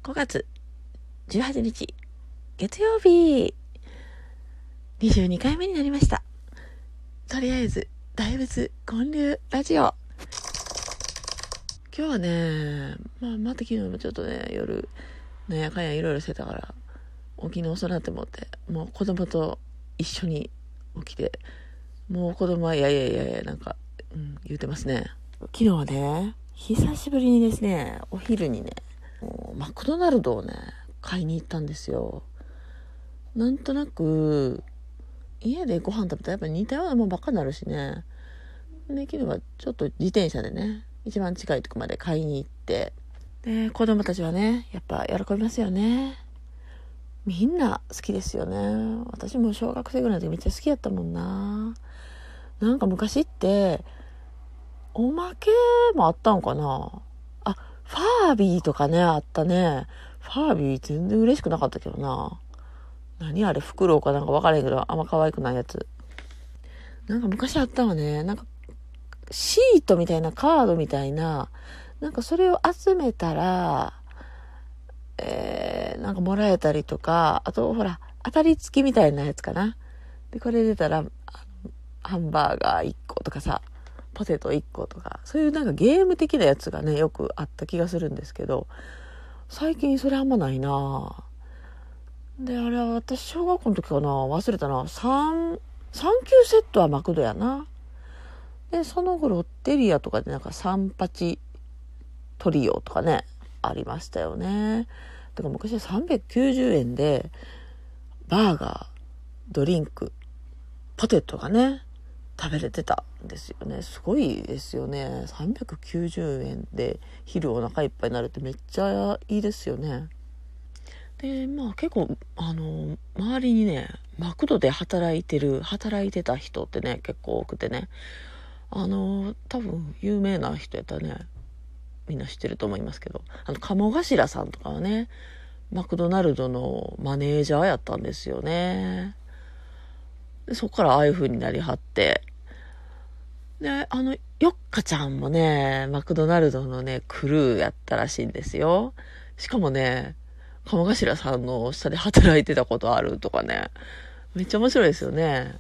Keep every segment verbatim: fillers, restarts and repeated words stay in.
ごがつじゅうはちにち月曜日、にじゅうにかいめになりました。とりあえず大仏建立ラジオ。今日はね、まあ、また昨日もちょっとね、夜なんやかんやいろいろしてたから起きの遅なって思って、もう子供と一緒に起きて、もう子供はいやいやいやいやなんか、うん、言うてますね。昨日はね、久しぶりにですね、お昼にね、マクドナルドをね買いに行ったんですよ。なんとなく家でご飯食べたらやっぱり似たようなもんばっかになるしね。で昨日はちょっと自転車でね、一番近いとこまで買いに行って、で子供たちはねやっぱ喜びますよね。みんな好きですよね。私も小学生ぐらいでめっちゃ好きやったもんな。なんか昔っておまけもあったんかな。あ、ファービーとかねあったね。ファービー全然嬉しくなかったけどな。何あれ、フクロウかなんか分からへんけどあんま可愛くないやつ。なんか昔あったわね。なんかシートみたいな、カードみたいな、なんかそれを集めたらえー、なんかもらえたりとか、あとほら当たり付きみたいなやつかな。でこれ出たらハンバーガーいっことかさ、ポテトいっことか、そういうなんかゲーム的なやつがねよくあった気がするんですけど、最近それあんまないな。であれは私小学校の時かな、忘れたな。3サンキューセットはマクドやな。でその後ロッテリアとかでなんかサンパチトリオとかねありましたよね。だから昔はさんびゃくきゅうじゅうえんでバーガー、ドリンク、ポテトがね食べれてたんですよね。すごいですよね。さんびゃくきゅうじゅうえんで昼お腹いっぱいになるってめっちゃいいですよね。でまあ結構あの周りにねマクドで働いてる働いてた人ってね結構多くてね、あの多分有名な人やったらねみんな知ってると思いますけど、あの鴨頭さんとかはねマクドナルドのマネージャーやったんですよね。でそこからああいう風になりはって、であのよっかちゃんもねマクドナルドのねクルーやったらしいんですよ。しかもね鴨頭さんの下で働いてたことあるとかね、めっちゃ面白いですよね。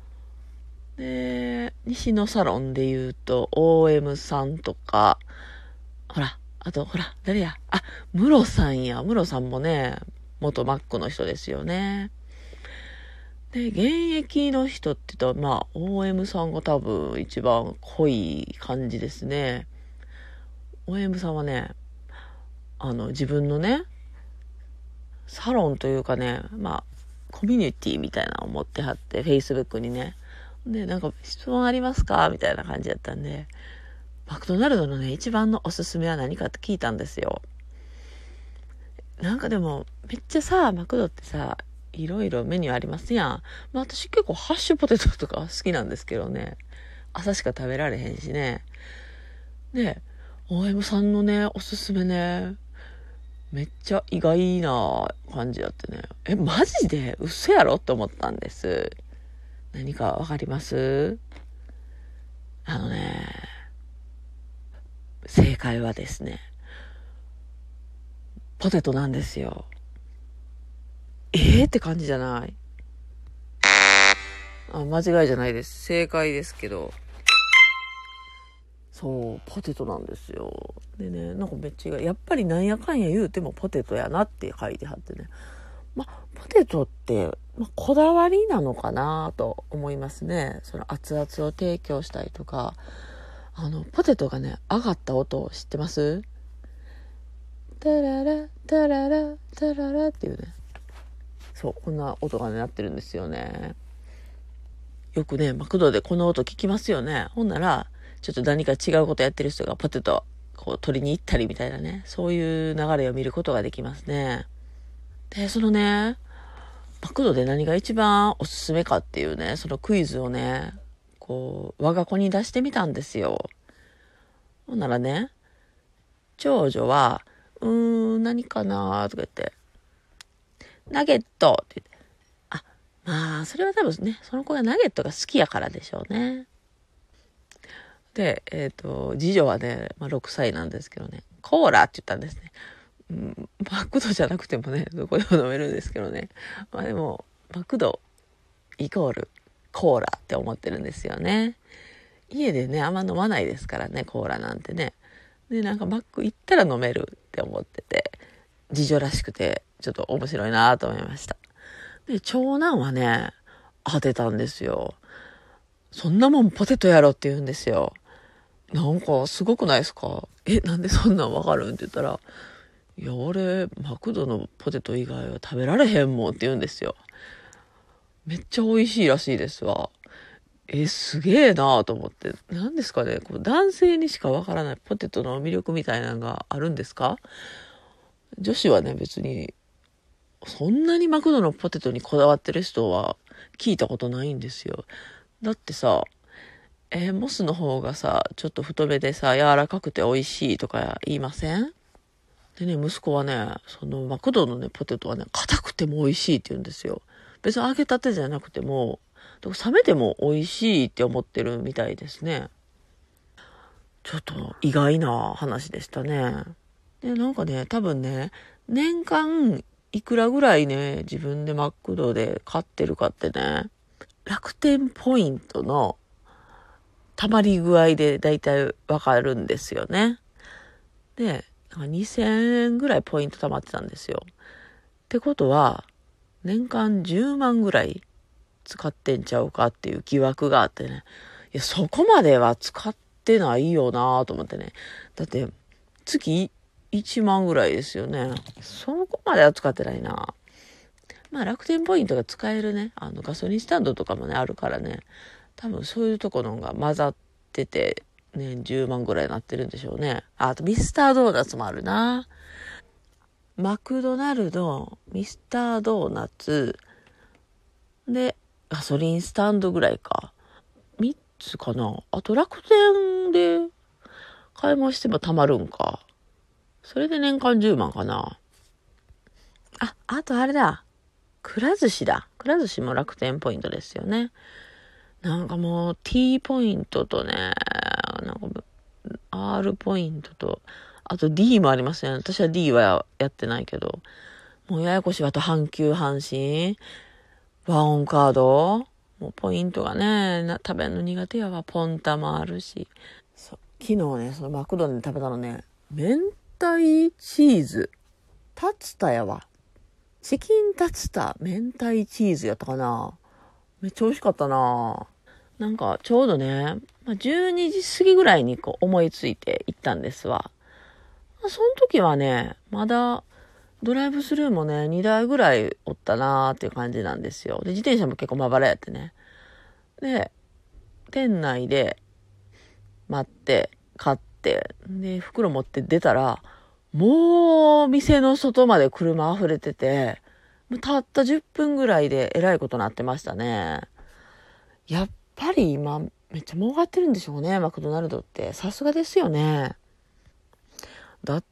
で西のサロンで言うと オーエム さんとか、ほらあとほら誰や、あムロさんや、ムロさんもね元マックの人ですよね。で現役の人って言ったらまあ オーエム さんが多分一番濃い感じですね。 オーエム さんはねあの自分のねサロンというかね、まあコミュニティみたいなのを持ってはって、フェイスブックにね、でなんか質問ありますかみたいな感じだったんで、マクドナルドのね一番のおすすめは何かって聞いたんですよ。なんかでもめっちゃさ、マクドってさいろいろメニューありますやん。まあ私結構ハッシュポテトとか好きなんですけどね、朝しか食べられへんしね。で オーエム さんのねおすすめねめっちゃ意外な感じだってね、えマジで嘘やろって思ったんです。何かわかります？あのね正解はですねポテトなんですよ。えーって感じじゃない？あ、間違いじゃないです。正解ですけど、そうポテトなんですよ。でねなんかめっちゃやっぱりなんやかんや言うてもポテトやなって書いてはってね、まあポテトって、まあ、こだわりなのかなと思いますね。その熱々を提供したりとか、あのポテトがね上がった音を知ってます？タララタララタララっていうね、そうこんな音がね鳴ってるんですよね。よくねマクドでこの音聞きますよね。ほんならちょっと何か違うことやってる人がポテトこう取りに行ったりみたいなね、そういう流れを見ることができますね。でそのねマクドで何が一番おすすめかっていうね、そのクイズをねこう我が子に出してみたんですよ。ほんならね長女はうーん何かなとか言って、ナゲットって言って、あまあそれは多分ねその子がナゲットが好きやからでしょうね。でえっ、ー、と次女はね、まあ、ろくさいなんですけどね、コーラって言ったんですね。 うん、マクドじゃなくてもね、どこでも飲めるんですけどね。まあでも、マクドイコールコーラって思ってるんですよね。家でね、あんま飲まないですからね、コーラなんてね。で、なんかマック行ったら飲めるって思ってて、事情らしくて、ちょっと面白いなと思いました。で、長男はね、当てたんですよ。そんなもんポテトやろって言うんですよ。なんかすごくないですか？え、なんでそんなんわかるんって言ったら、いや、俺、マクドのポテト以外は食べられへんもんって言うんですよ。めっちゃ美味しいらしいですわ。え、すげえなぁと思って。何ですかね、こう男性にしかわからないポテトの魅力みたいなのがあるんですか？女子はね、別に、そんなにマクドのポテトにこだわってる人は聞いたことないんですよ。だってさ、えーモスの方がさ、ちょっと太めでさ、柔らかくて美味しいとか言いません？でね、息子はね、そのマクドのね、ポテトはね、硬くても美味しいって言うんですよ。別に揚げたてじゃなくても、冷めても美味しいって思ってるみたいですね。ちょっと意外な話でしたね。で、なんかね、多分ね、年間いくらぐらいね、自分でマクドで買ってるかってね、楽天ポイントの溜まり具合でだいたいわかるんですよね。で、にせんえんぐらいポイント溜まってたんですよ。ってことは、年間じゅうまんぐらい使ってんちゃうかっていう疑惑があってね。いや、そこまでは使ってないよなと思ってね。だって、月いちまんぐらいですよね。そこまでは使ってないな。まあ楽天ポイントが使えるね、あのガソリンスタンドとかもね、あるからね。多分そういうところが混ざってて、ね、じゅうまんぐらいになってるんでしょうね。あ、あとミスタードーナツもあるな。マクドナルド、ミスタードーナツ、で、ガソリンスタンドぐらいか。みっつかな。あと楽天で買い物しても貯まるんか。それで年間じゅうまんかな。あ、あとあれだ。くら寿司だ。くら寿司も楽天ポイントですよね。なんかもう T ポイントとね、なんか R ポイントと、あと D もありますね。私は D はやってないけど。もうややこしい。あと阪急阪神、ワンオンカード、もうポイントがね、な食べるの苦手やわ。ポンタもあるし。そう昨日ね、そのマクドで食べたのね、明太チーズ。タツタやわ。チキンタツタ、明太チーズやったかな。めっちゃ美味しかったな。なんかちょうどね、まあ、じゅうにじ過ぎぐらいにこう思いついて行ったんですわ。その時はね、まだドライブスルーもね、にだいぐらいおったなーっていう感じなんですよ。で、自転車も結構まばらやってね。で、店内で待って、買って、で、袋持って出たら、もう店の外まで車溢れてて、もうたったじゅっぷんぐらいでえらいことなってましたね。やっぱり今めっちゃ儲かってるんでしょうね、マクドナルドって。さすがですよね。だって、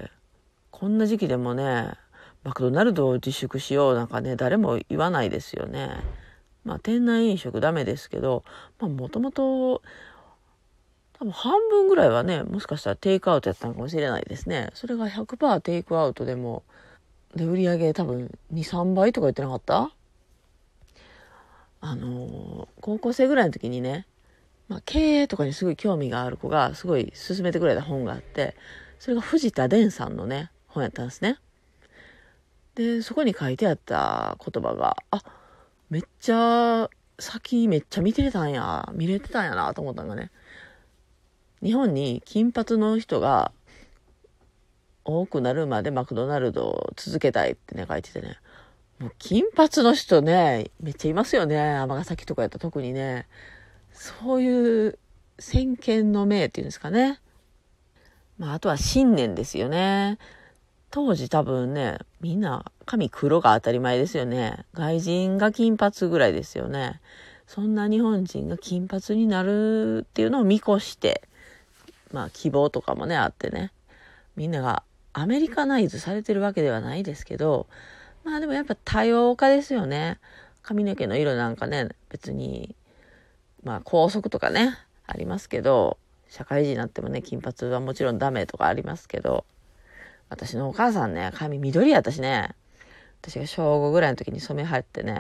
こんな時期でもね、マクドナルドを自粛しようなんかね、誰も言わないですよね。まあ店内飲食ダメですけど、まあもともと多分半分ぐらいはね、もしかしたらテイクアウトやったのかもしれないですね。それが ひゃくパーセント テイクアウトでも、で、売り上げ多分に、さんばいとか言ってなかった？あのー、高校生ぐらいの時にね、まあ、経営とかにすごい興味がある子がすごい勧めてくれた本があって、それが藤田伝さんのね、本やったんですね。で、そこに書いてあった言葉が、あ、めっちゃ、先めっちゃ見てたんや、見れてたんやなと思ったのがね、日本に金髪の人が多くなるまでマクドナルドを続けたいってね、書いててね、もう金髪の人ね、めっちゃいますよね。尼崎とかやったら特にね。そういう先見の明っていうんですかね。まあ、あとは信念ですよね。当時多分ね、みんな髪黒が当たり前ですよね。外人が金髪ぐらいですよね。そんな日本人が金髪になるっていうのを見越して、まあ希望とかもね、あってね。みんながアメリカナイズされてるわけではないですけど、まあでもやっぱ多様化ですよね。髪の毛の色なんかね、別に、まあ校則とかね、ありますけど、社会人になってもね、金髪はもちろんダメとかありますけど、 私のお母さんね、髪緑やったしね。私が小ごぐらいの時に染めはってね、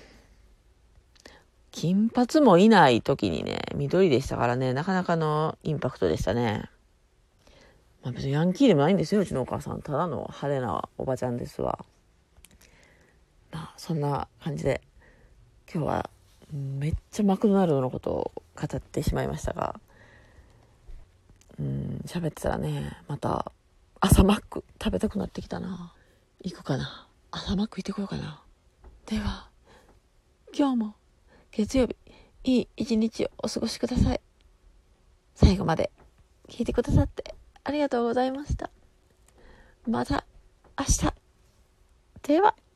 金髪もいない時にね、緑でしたからね、なかなかのインパクトでしたね。まあ別にヤンキーでもないんですよ、うちのお母さん。ただの派手なおばちゃんですわ。まあそんな感じで、今日はめっちゃマクドナルドのことを語ってしまいましたが、うん、喋ってたらね、また朝マック食べたくなってきたな。行くかな。朝マック行ってこようかな。では、今日も月曜日、いい一日をお過ごしください。最後まで聞いてくださってありがとうございました。また明日。では。